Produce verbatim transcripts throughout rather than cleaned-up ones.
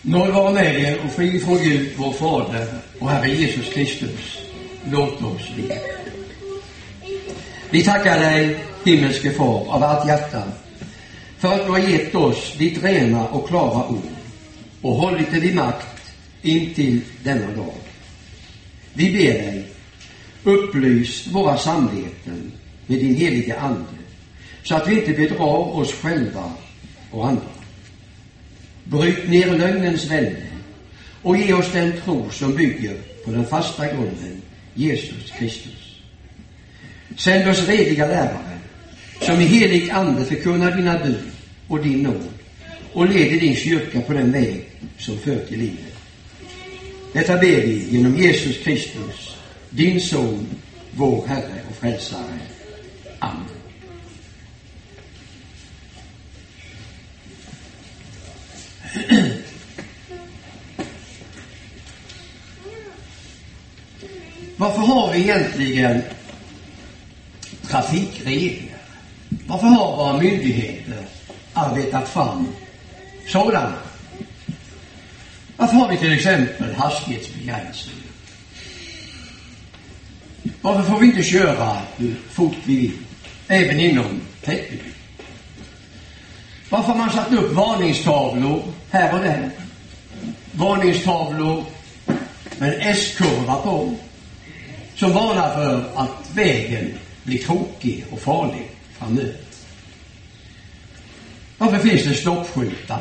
Nåd vara med er och fri från Gud, vår Fader och Herre Jesus Kristus. Låt oss be. Vi tackar dig, himmelske Far, av allt hjärta för att du har gett oss ditt rena och klara ord och hållit det vid makt in till denna dag. Vi ber dig, upplys våra samveten med din heliga ande så att vi inte bedrar oss själva och andra. Bryt ner lögnens välde och ge oss den tro som bygger på den fasta grunden, Jesus Kristus. Sänd oss rediga lärare som i helig ande förkunnar dina bud och din nåd och leder din kyrka på den väg som för till livet. Detta ber vi genom Jesus Kristus, din son, vår Herre och frälsare. Amen. Varför har vi egentligen trafikregler? Varför har våra myndigheter arbetat fram sådana? Varför har vi till exempel hastighetsbegränsningar? Varför får vi inte köra hur fort vi vill, även inom tätbebyggelsen? Varför har man satt upp varningstavlor här och där? Varningstavlor med en S-kurva på som varnar för att vägen blir krokig och farlig framöver. Varför finns det stoppskyltar?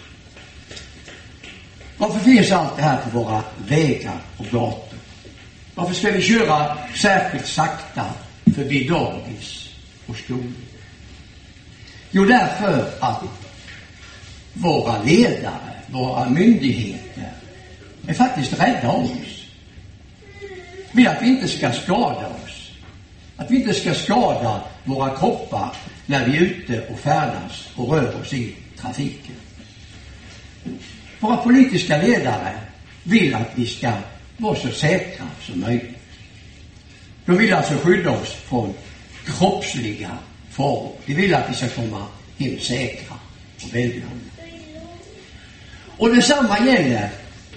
Varför finns allt det här på våra vägar och gator? Varför ska vi köra särskilt sakta förbi dagis och skolor? Jo, därför att våra ledare, våra myndigheter är faktiskt rädda om oss. Vill att vi inte ska skada oss. Att vi inte ska skada våra kroppar när vi är ute och färdas och rör oss i trafiken. Våra politiska ledare vill att vi ska vara så säkra som möjligt. De vill alltså skydda oss från kroppsliga faror. De vill att vi ska komma hem säkra och välbehållna. Och detsamma gäller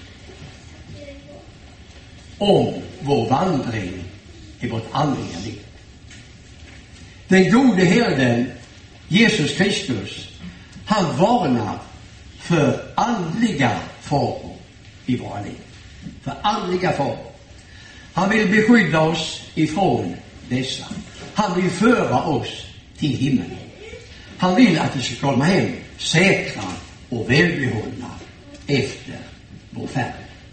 om vår vandring i vårt andliga liv. Den gode herden, Jesus Kristus, han varnar för andliga faror i våra liv. För andliga faror. Han vill beskydda oss ifrån dessa. Han vill föra oss till himmelen. Han vill att vi ska komma hem säkra och välbehållna efter vår färd.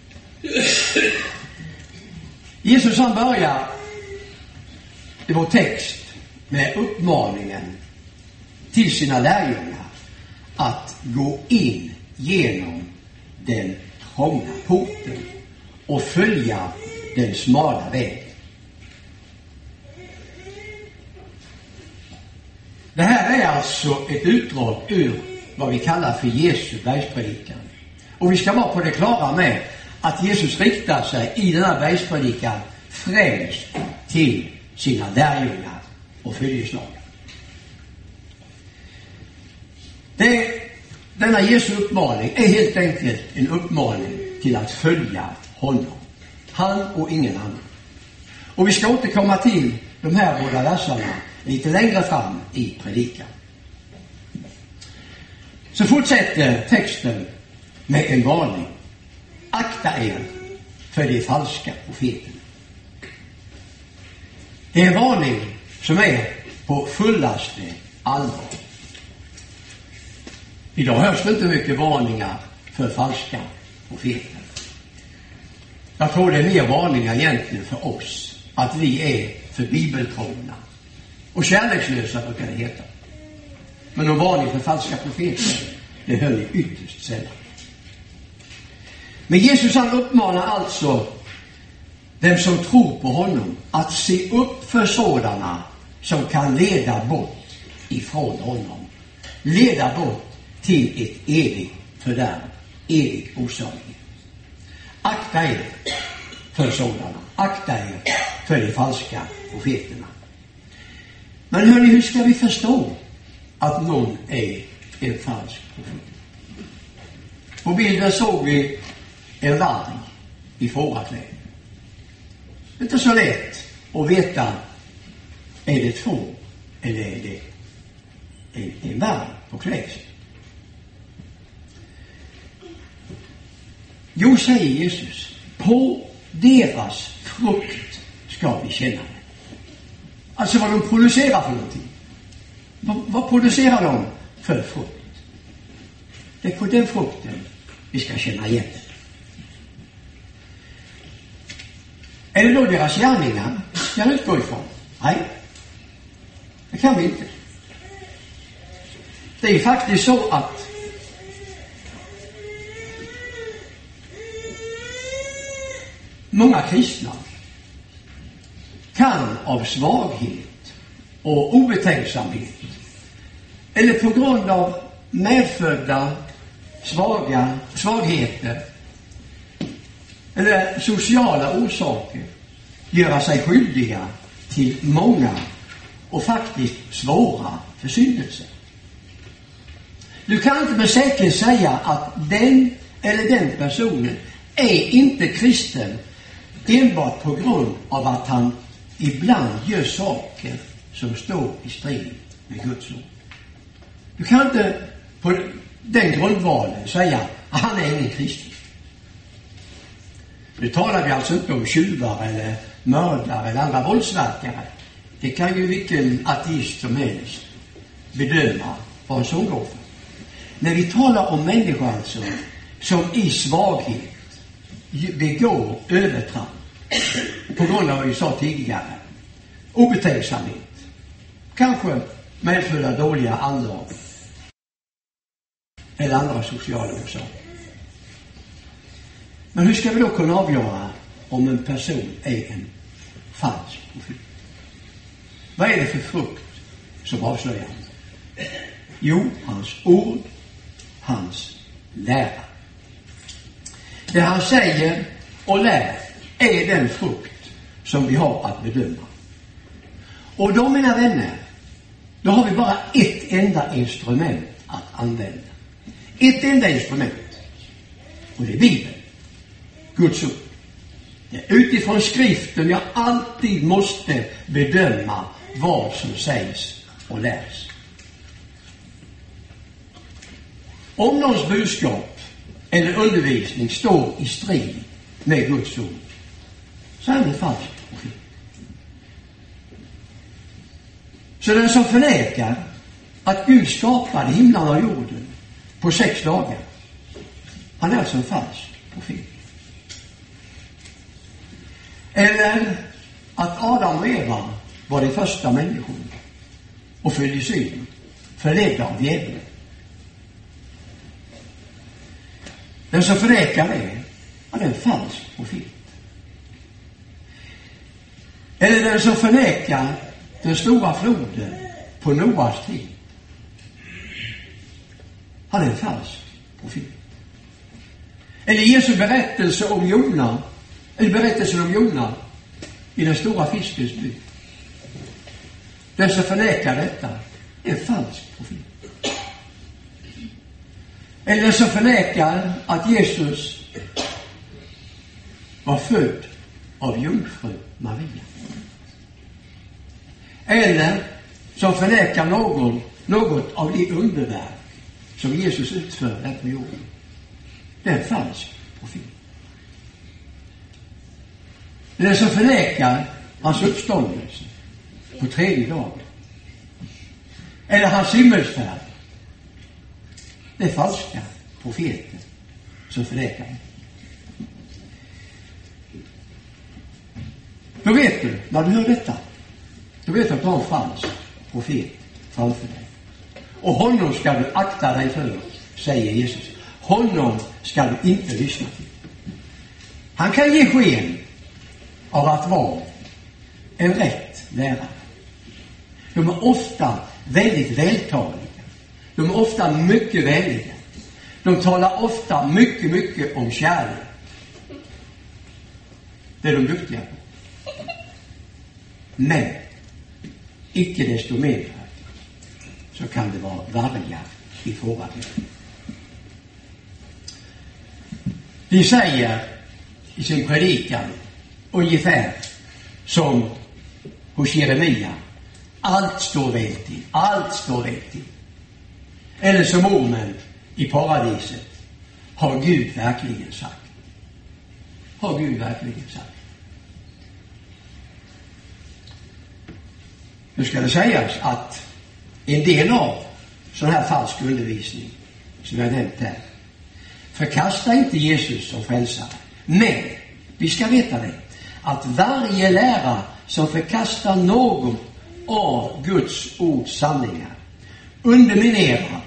Jesus han börjar i vår text med uppmaningen till sina lärjungar att gå in genom den trånga porten och följa den smala vägen. Det här är alltså ett utdrag ur vad vi kallar för Jesu bergspredikan. Och vi ska vara på det klara med att Jesus riktar sig i den här bergspredikan främst till sina lärjungar och följeslagare. Det, denna Jesu uppmaning är helt enkelt en uppmaning till att följa honom. Han och ingen annan. Och vi ska återkomma till de här båda verserna lite längre fram i predikan. Så fortsätter texten med en varning. Akta er för de falska profeterna. Det är en varning som är på fullaste allvar. Idag hörs det inte mycket varningar för falska profeter. Jag tror det är mer varningar egentligen för oss att vi är för bibeltrogna och kärlekslösa brukar det heta. Men en varning för falska profeter, det hör ni ytterst sällan. Men Jesus han uppmanar alltså dem som tror på honom att se upp för sådana som kan leda bort ifrån honom. Leda bort till ett evigt fördärv, evig osalighet. Akta er för sådana. Akta er för de falska profeterna. Men hörni, hur ska vi förstå att någon är en falsk profet? På bilden såg vi en varg i fårakläder. Det är inte så lätt att veta, är det två eller är det en, en varg på klädseln. Jo, säger Jesus, på deras frukt ska vi känna det. Alltså vad de producerar för någonting. Vad, vad producerar de för frukt? Det är på den frukten vi ska känna igen det. Är det då deras gärningar jag utgår ifrån? Nej, det kan vi inte. Det är faktiskt så att många kristna kan av svaghet och obetänksamhet eller på grund av medfödda svaga svagheter eller sociala orsaker göra sig skyldiga till många och faktiskt svåra försyndelser. Du kan inte med säkerhet säga att den eller den personen är inte kristen enbart på grund av att han ibland gör saker som står i strid med Guds ord. Du kan inte på den grundvalen säga att han är ingen kristen. Nu talar vi alltså inte om tjuvar eller mördare eller andra våldsverkare. Det kan ju vilken ateist som helst bedöma vad en sån går för. När vi talar om människor alltså som i svaghet begår övertramp på grund av vad vi sa tidigare, obetänksamhet, kanske medföljda dåliga anlag eller andra sociala orsaker. Men hur ska vi då kunna avgöra om en person är en falsk profet? Vad är det för frukt som avslöjar? Jo, hans ord, hans lära. Det han säger och lär är den frukt som vi har att bedöma. Och då, mina vänner, då har vi bara ett enda instrument att använda. Ett enda instrument. Och det är Bibeln. Guds ord. Det är utifrån skriften jag alltid måste bedöma vad som sägs och lärs. Om någons budskap eller undervisning står i strid med Guds ord, så är det falskt profet. Så den som förnekar att Gud skapade himlen och jorden på sex dagar, han är alltså en falsk profet. Eller att Adam och Eva var de första människorna och följde synd, förledda av djävulen. Den som förnekar det, han är en falsk profet. Eller den som förnekar den stora floden på Noas tid, han är en falsk profet. Eller Jesu berättelse om Jona, eller berättelsen om Jona i den stora fiskens by. Den som förnekar detta är en falsk profet. Eller den som förnekar att Jesus var född av jungfru Maria. Eller som förnekar någon, något av de underverk som Jesus utförde på jorden. Det är en falsk profet. Den som förnekar hans uppståndelse på tredje dagen, eller hans himmelsfärd, det är falska profeter som förnekar det. Då vet du, när du hör detta, då vet du att du har en falsk profet framför dig. Och honom ska du akta dig för, säger Jesus. Honom ska du inte lyssna till. Han kan ge sken av att vara en rätt lärare. De är ofta väldigt vältaliga. De är ofta mycket vänliga. De talar ofta mycket, mycket om kärlek. Det är de duktiga på. Men icke desto mer så kan det vara vargar i fårakläder. De säger i sin predikan ungefär som hos Jeremia: allt står väl till, allt står väl till. Eller som ormen i paradiset: har Gud verkligen sagt? Har Gud verkligen sagt? Nu ska det sägas att en del av sån här falsk undervisning som jag nämnt här förkastar inte Jesus som frälsare. Men vi ska veta det, att varje lära som förkastar någon av Guds ords sanningar underminerar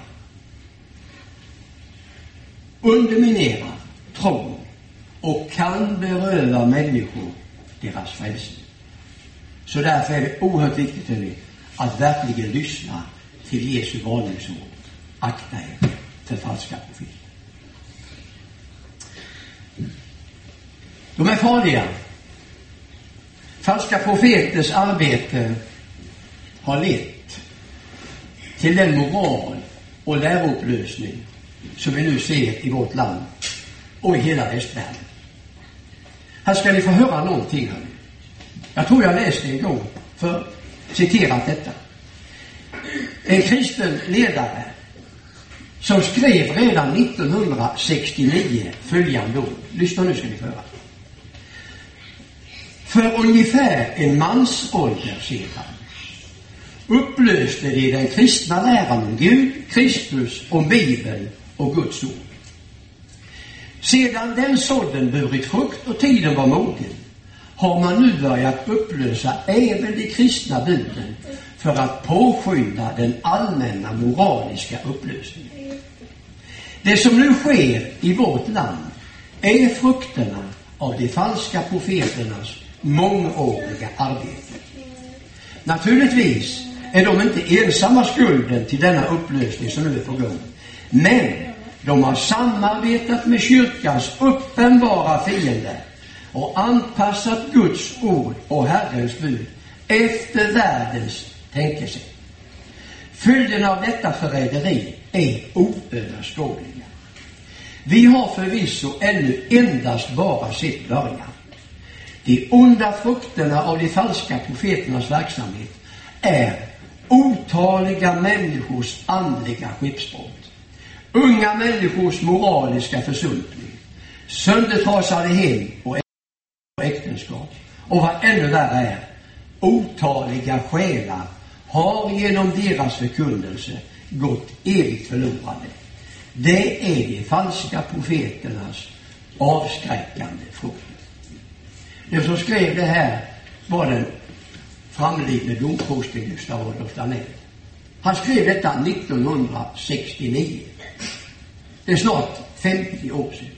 underminerar tron och kan beröva människor deras frälsning. Så därför är det oerhört viktigt hörni, att verkligen lyssna till Jesu varningsord. Akta er för falska profeter. De är farliga. Falska profeters arbete har lett till den moral och läroupplösning som vi nu ser i vårt land och i hela västvärlden. Här ska ni få höra någonting hörni. Jag tror jag läste en gång för citerat detta. En kristen ledare som skrev redan nittonhundrasextionio följande ord. Lyssna nu ska ni få höra. För ungefär en mansålder sedan upplöste de den kristna läran om Gud, Kristus, om Bibeln och Guds ord. Sedan den sådden burit frukt och tiden var mogen, har man nu börjat upplösa även de kristna buden för att påskynda den allmänna moraliska upplösningen. Det som nu sker i vårt land är frukterna av de falska profeternas mångåriga arbete. Naturligtvis är de inte ensamma skulden till denna upplösning som nu är på gång, men de har samarbetat med kyrkans uppenbara fiender och anpassat Guds ord och Herrens bud efter världens tänkesätt. Följden av detta förräderi är oöverskådliga. Vi har förvisso ännu endast bara sett början. De onda frukterna av de falska profeternas verksamhet är otaliga människors andliga skeppsbrott, unga människors moraliska försumpning, söndertrasade hem och äktenskap, och vad ännu värre är, otaliga själar har genom deras förkunnelse gått evigt förlorade. Det är de falska profeternas avskräckande frukter. Den som skrev det här var den framlidne domprosten Gustav Adolf Danell. Han skrev detta nittonhundrasextionio. Det är snart femtio år sedan.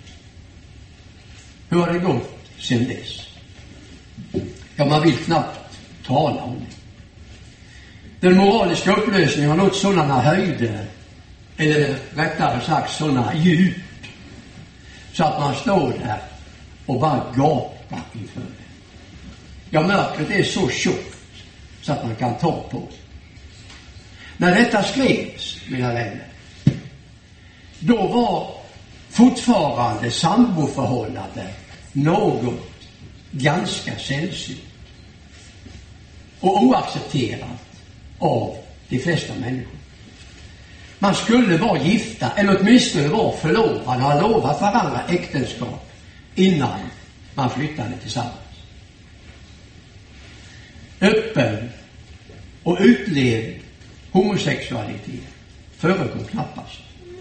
Hur har det gått sedan dess? Ja, man vill knappt tala om det. Den moraliska upplösningen har nått sådana höjder, eller rättare sagt sådana djup, så att man står där och bara gapar inför det. Ja, mörkret är så tjockt så att man kan ta på det. När detta skrevs, mina vänner, då var fortfarande samboförhållande något ganska sällsynt och oaccepterat av de flesta människor. Man skulle vara gifta, eller åtminstone vara förlovade, ha lovat varandra äktenskap innan man flyttade tillsammans. Öppen och utlevd homosexualitet förekom knappast.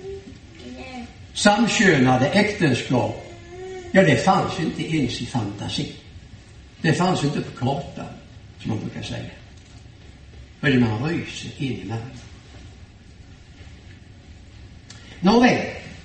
Samkönade äktenskap, ja, det fanns inte ens i fantasi. Det fanns inte på kartan, som man brukar säga. Men man ryser in i världen. Nåväl.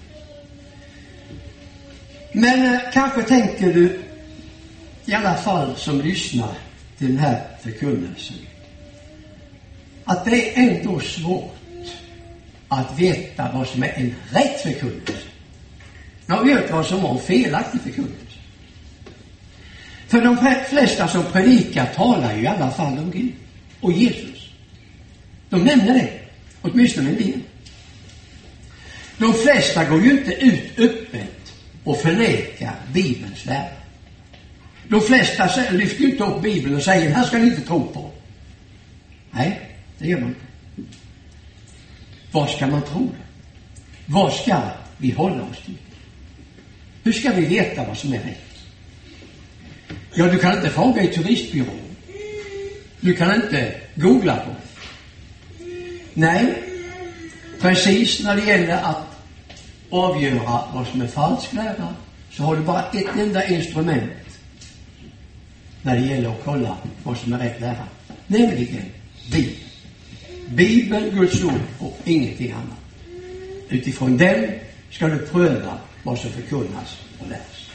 Men eh, kanske tänker du i alla fall som lyssnar till den här förkunnelsen att det är ändå svårt att veta vad som är en rätt förkunnelse. Man vet vad som var en felaktig förkunnelse. För de flesta som predikar talar ju i alla fall om Gud och Jesus. De nämner det, åtminstone en del. De flesta går ju inte ut öppet och förnekar Bibelns lära. De flesta lyfter inte upp Bibeln och säger, här ska ni inte tro på. Nej, det gör man inte. Vad ska man tro? Vad ska vi hålla oss till? Hur ska vi veta vad som är rätt? Ja, du kan inte fråga i turistbyrån. Du kan inte googla på det. Nej, precis när det gäller att avgöra vad som är falsk lära, så har du bara ett enda instrument när det gäller att kolla vad som är rätt lära. Nämligen Bibeln. Bibeln, Guds ord och ingenting annat. Utifrån den ska du pröva vad som förkunnas och lärs.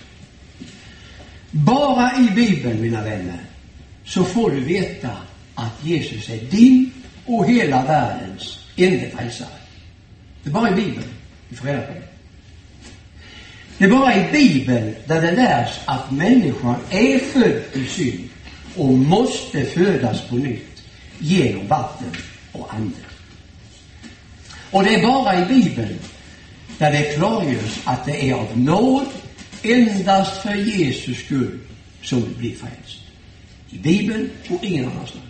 Bara i Bibeln, mina vänner, så får du veta att Jesus är din och hela världens enda frälsare. Det är bara i Bibeln vi får reda på det. Det är bara i Bibeln där det lärs att människan är född i synd och måste födas på nytt genom vatten och ande. Och det är bara i Bibeln där det klargörs att det är av nåd endast för Jesus skull som du blir frälst. I Bibeln och ingen annanstans.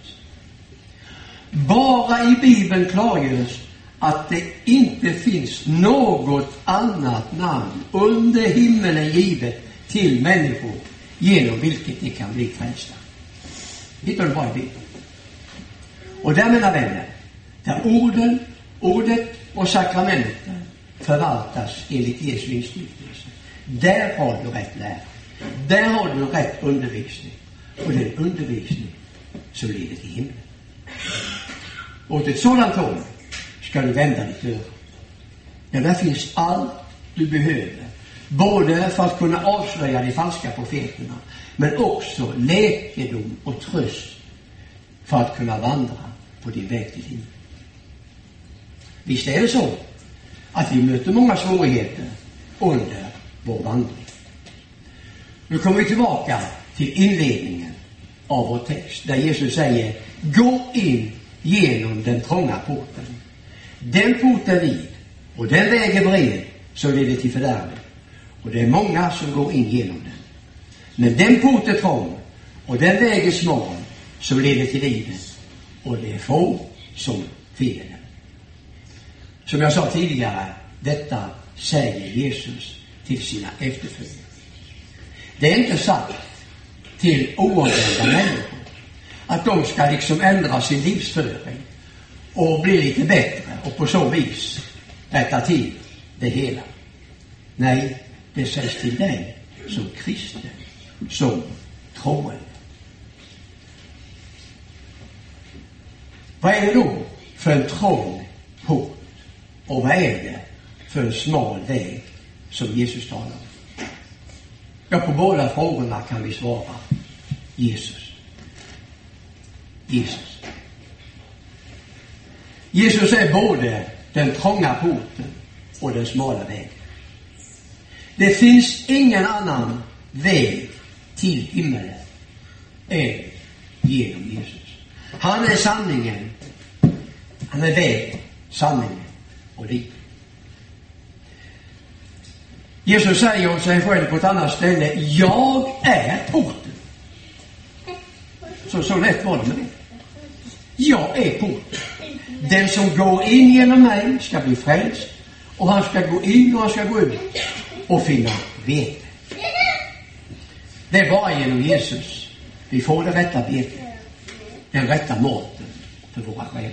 Bara i Bibeln klargörs att det inte finns något annat namn under himmelen givet till människor genom vilket de kan bli frälsta. Hittar du bara i Bibeln. Och där, mina vänner, där orden, ordet och sakramenten förvaltas enligt Jesu instiftelse, där har du rätt lära. Där har du rätt undervisning. Och den undervisning som leder till himlen. Och till ett sådant håll ska du vända ditt öra. Ja, där finns allt du behöver. Både för att kunna avslöja de falska profeterna, men också läkedom och tröst för att kunna vandra på din väg till himlen. Visst är det så att vi möter många svårigheter under vår vandring. Nu kommer vi tillbaka till inledningen av vår text, där Jesus säger: gå in genom den trånga porten. Den porten är vid och den väg är bred som leder till fördärvet. Och det är många som går in genom den. Men den port är trång och den väg är smal som leder till livet. Och det är få som finner den. Som jag sa tidigare, detta säger Jesus till sina efterföljare. Det är inte sagt till oomvända människor att de ska liksom ändra sin livsföring och bli lite bättre och på så vis rätta till det hela. Nej, det sägs till dig som kristen, som troende. Vad är det då för en trång port? Och vad är det för en smal väg som Jesus talar om? Ja, på båda frågorna kan vi svara Jesus. Jesus. Jesus är både den trånga porten och den smala vägen. Det finns ingen annan väg till himmelen än genom Jesus. Han är sanningen. Han är vägen, sanningen och livet. Jesus säger om sig själv på ett annat ställe: jag är porten. Så, så lätt var det med det. Jag är porten. Den som går in genom mig ska bli frälst, och han ska gå in och han ska gå ut och finna vete. Det är bara genom Jesus vi får det rätta vetet, den rätta maten för våra själar.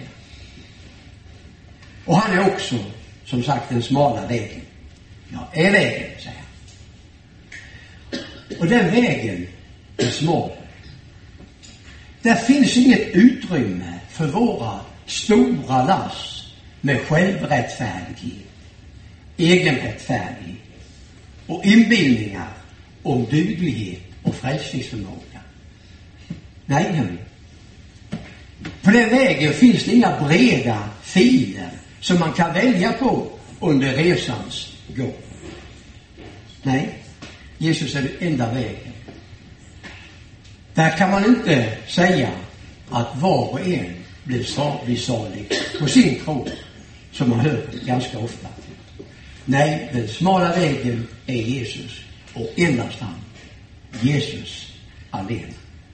Och han är också, som sagt, den smala vägen. Ja, är vägen, säger han. Och den vägen är smal. Där finns inget utrymme för våra stora lass med självrättfärdighet, egenrättfärdighet och inbildningar om duglighet och frälsningsförmåga. Nej, nej. På den vägen finns det inga breda filer som man kan välja på under resans gång. Nej, Jesus är den enda vägen. Där kan man inte säga att var och en blir salig på sin tro, som man hör ganska ofta. Nej, den smala vägen är Jesus. och endast han, Jesus alena.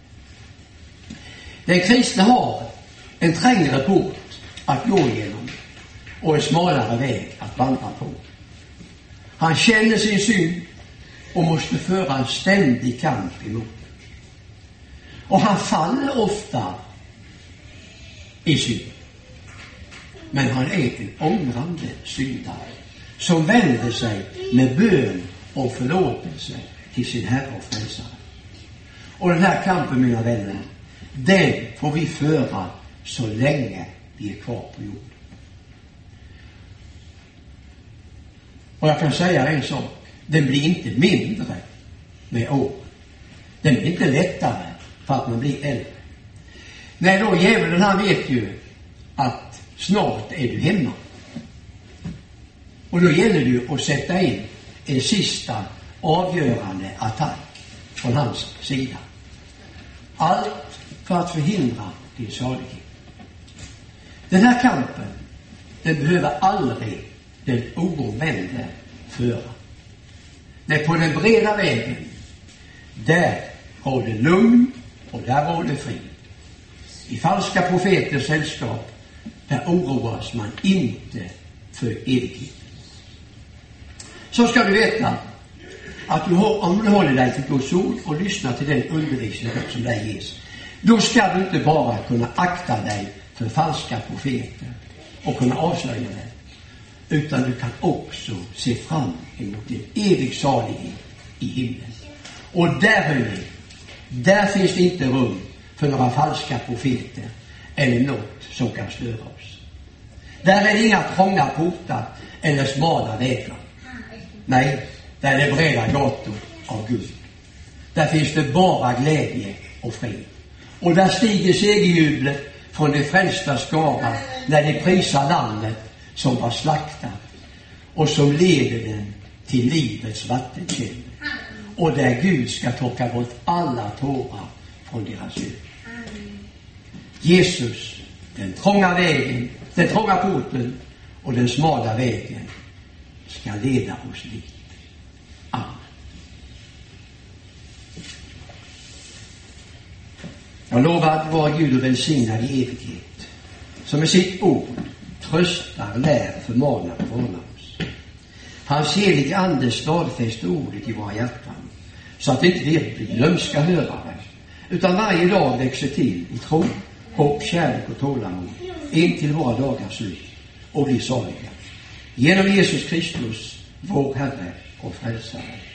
Den kristna har en trängre port att gå igenom och en smalare väg att vandra på. Han känner sin synd och måste föra en ständig kamp emot det. Och han faller ofta i synd. Men han är en ångrande syndare som vänder sig med bön och förlåtelse till sin Herre och Frälsare. Och den här kampen, mina vänner, den får vi föra så länge vi är kvar på jorden. Och jag kan säga en sak, den blir inte mindre med år. Den blir inte lättare för att man blir äldre. Nej, då djävulen, han vet ju att snart är du hemma. Och då gäller det ju att sätta in en sista avgörande attack från hans sida. Allt för att förhindra din salighet. Den här kampen, den behöver aldrig den oromvände föra. Nej, på den breda vägen, där råder lugn och där råder frid. I falska profeters sällskap, där oroas man inte för evighet. Så ska du veta att du, om du håller dig till Guds ord och lyssnar till den undervisning som dig ges, då ska du inte bara kunna akta dig för falska profeter och kunna avslöja det, utan du kan också se fram emot en evig salighet i himlen. Och där, hörni, där finns det inte rum för några falska profeter eller något som kan störa oss. Där är det inga trånga portar eller smala vägar. Nej, där är det breda gator av Gud. Där finns det bara glädje och fred. Och där stiger segerjublet från de frälsta skara när de prisar landet som var slaktat och som leder den till livets vattenkällor. Och där Gud ska torka bort alla tårar från deras ögon. Jesus, den trånga vägen, den trånga porten och den smala vägen ska leda oss dit. Amen. Jag lovar att vara Gud och välsignad i evighet, som med sitt ord tröstar, lär, förmanar och varnar oss. Hans heliga ande stadfäster ordet i våra hjärtan, så att det inte blir glömska hörare, utan varje dag växer till i tro, hopp, kärlek och tålamod in till våra dagars slut och blir saliga. Genom Jesus Kristus, vår Herre och Frälsare.